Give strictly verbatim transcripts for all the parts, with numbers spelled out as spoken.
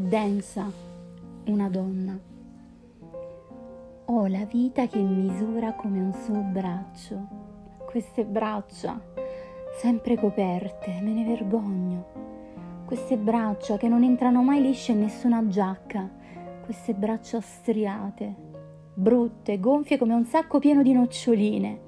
densa, una donna. Ho la vita che misura come un suo braccio. Queste braccia, sempre coperte, me ne vergogno. Queste braccia che non entrano mai lisce in nessuna giacca. Queste braccia striate, brutte, gonfie come un sacco pieno di noccioline.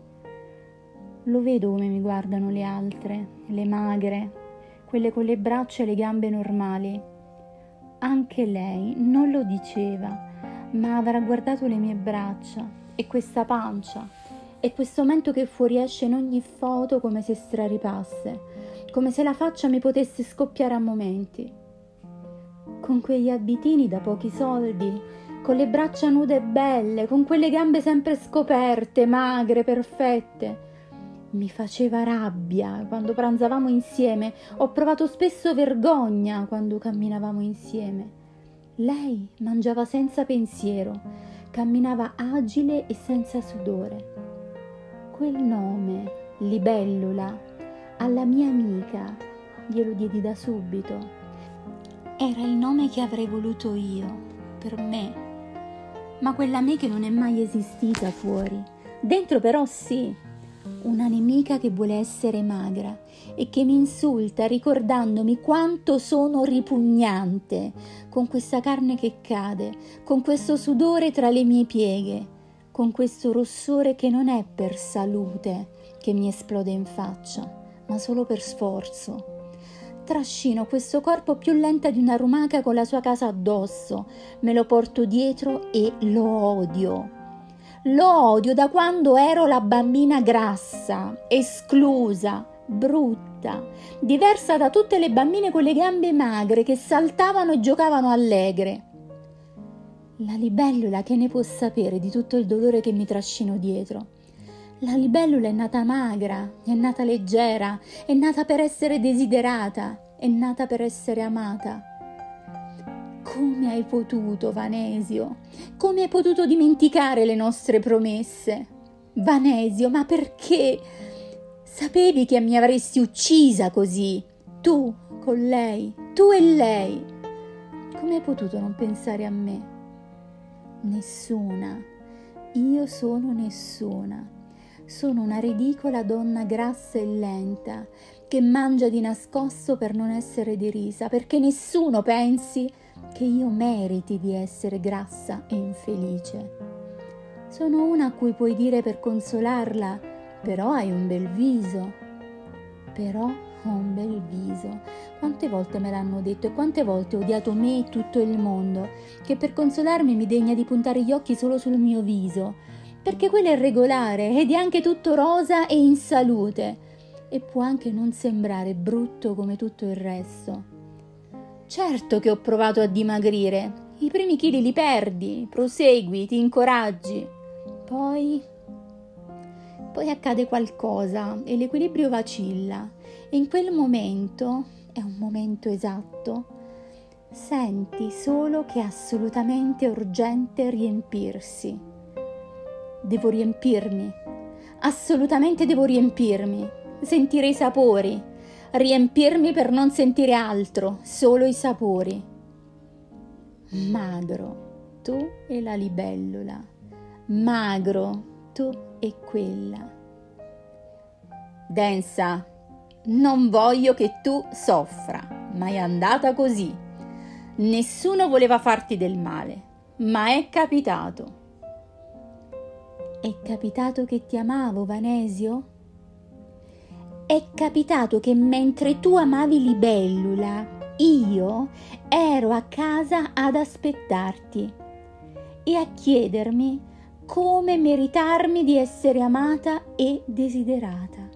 Lo vedo come mi guardano le altre, le magre, quelle con le braccia e le gambe normali. Anche lei non lo diceva, ma avrà guardato le mie braccia e questa pancia e questo mento che fuoriesce in ogni foto come se straripasse, come se la faccia mi potesse scoppiare a momenti. Con quegli abitini da pochi soldi, con le braccia nude e belle, con quelle gambe sempre scoperte, magre, perfette. Mi faceva rabbia quando pranzavamo insieme, ho provato spesso vergogna quando camminavamo insieme. Lei mangiava senza pensiero, camminava agile e senza sudore. Quel nome, libellula, alla mia amica glielo diedi da subito. Era il nome che avrei voluto io, per me. Ma quella me che non è mai esistita fuori. Dentro però sì. Una nemica che vuole essere magra e che mi insulta ricordandomi quanto sono ripugnante, con questa carne che cade, con questo sudore tra le mie pieghe, con questo rossore che non è per salute che mi esplode in faccia, ma solo per sforzo. Trascino questo corpo più lenta di una lumaca con la sua casa addosso, me lo porto dietro e lo odio. Lo odio da quando ero la bambina grassa, esclusa, brutta, diversa da tutte le bambine con le gambe magre che saltavano e giocavano allegre. La libellula che ne può sapere di tutto il dolore che mi trascino dietro? La libellula è nata magra, è nata leggera, è nata per essere desiderata, è nata per essere amata. Come hai potuto, Vanesio? Come hai potuto dimenticare le nostre promesse? Vanesio, ma perché? Sapevi che mi avresti uccisa così, tu con lei, tu e lei. Come hai potuto non pensare a me? Nessuna. Io sono nessuna. Sono una ridicola donna grassa e lenta che mangia di nascosto per non essere derisa, perché nessuno pensi che io meriti di essere grassa e infelice. Sono una a cui puoi dire per consolarla: però hai un bel viso. Però ho un bel viso. Quante volte me l'hanno detto e quante volte ho odiato me e tutto il mondo, che per consolarmi mi degna di puntare gli occhi solo sul mio viso, perché quello è regolare ed è anche tutto rosa e in salute e può anche non sembrare brutto come tutto il resto. Certo che ho provato a dimagrire, i primi chili li perdi, prosegui, ti incoraggi, poi... poi accade qualcosa e l'equilibrio vacilla e in quel momento, è un momento esatto, senti solo che è assolutamente urgente riempirsi. Devo riempirmi, assolutamente devo riempirmi, sentire i sapori, riempirmi per non sentire altro, solo i sapori. Magro, tu e la libellula, magro, tu e quella. Densa, non voglio che tu soffra, ma è andata così. Nessuno voleva farti del male, ma è capitato. È capitato che ti amavo, Vanesio? È capitato che mentre tu amavi libellula, io ero a casa ad aspettarti e a chiedermi come meritarmi di essere amata e desiderata.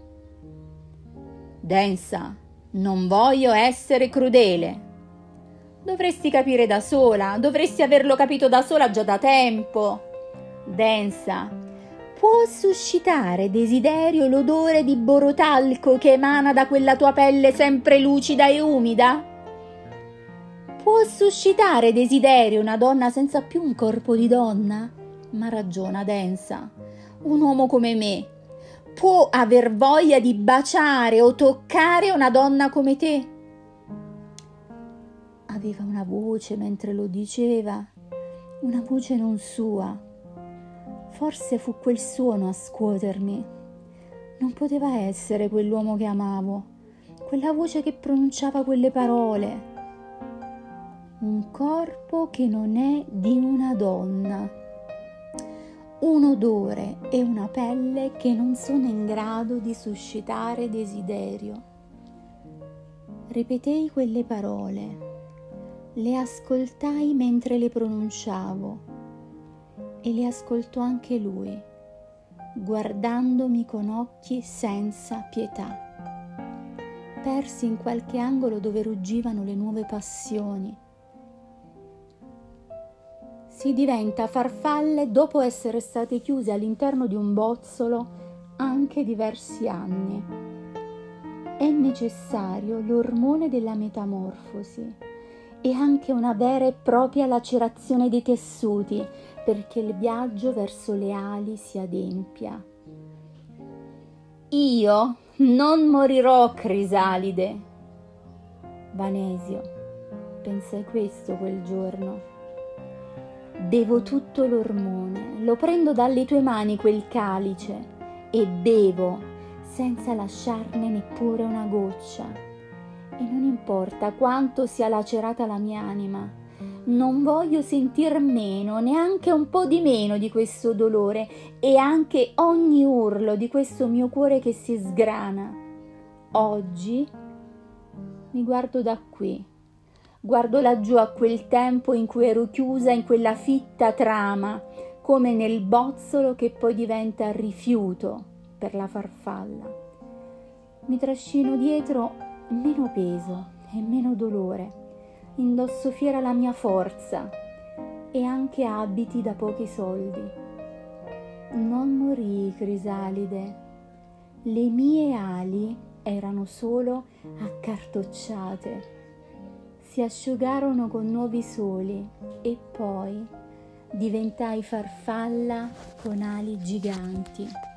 Densa, non voglio essere crudele. Dovresti capire da sola, dovresti averlo capito da sola già da tempo. Densa, può suscitare desiderio l'odore di borotalco che emana da quella tua pelle sempre lucida e umida? Può suscitare desiderio una donna senza più un corpo di donna? Ma ragiona, Densa, un uomo come me può aver voglia di baciare o toccare una donna come te? aveva una voce mentre lo diceva, una voce non sua. Forse fu quel suono a scuotermi. Non poteva essere quell'uomo che amavo, quella voce che pronunciava quelle parole. Un corpo che non è di una donna, un odore e una pelle che non sono in grado di suscitare desiderio. Ripetei quelle parole, le ascoltai mentre le pronunciavo e le ascoltò anche lui, guardandomi con occhi senza pietà, persi in qualche angolo dove ruggivano le nuove passioni. Si diventa farfalle dopo essere state chiuse all'interno di un bozzolo anche diversi anni. È necessario l'ormone della metamorfosi e anche una vera e propria lacerazione dei tessuti perché il viaggio verso le ali si adempia. Io non morirò, Crisalide. Vanesio, pensai questo quel giorno. Bevo tutto l'ormone, lo prendo dalle tue mani quel calice e bevo senza lasciarne neppure una goccia. E non importa quanto sia lacerata la mia anima, non voglio sentir meno, neanche un po' di meno di questo dolore e anche ogni urlo di questo mio cuore che si sgrana. Oggi mi guardo da qui, guardo laggiù a quel tempo in cui ero chiusa in quella fitta trama, come nel bozzolo che poi diventa rifiuto per la farfalla. Mi trascino dietro meno peso e meno dolore, indosso fiera la mia forza e anche abiti da pochi soldi. Non morii, Crisalide, le mie ali erano solo accartocciate, si asciugarono con nuovi soli e poi diventai farfalla con ali giganti.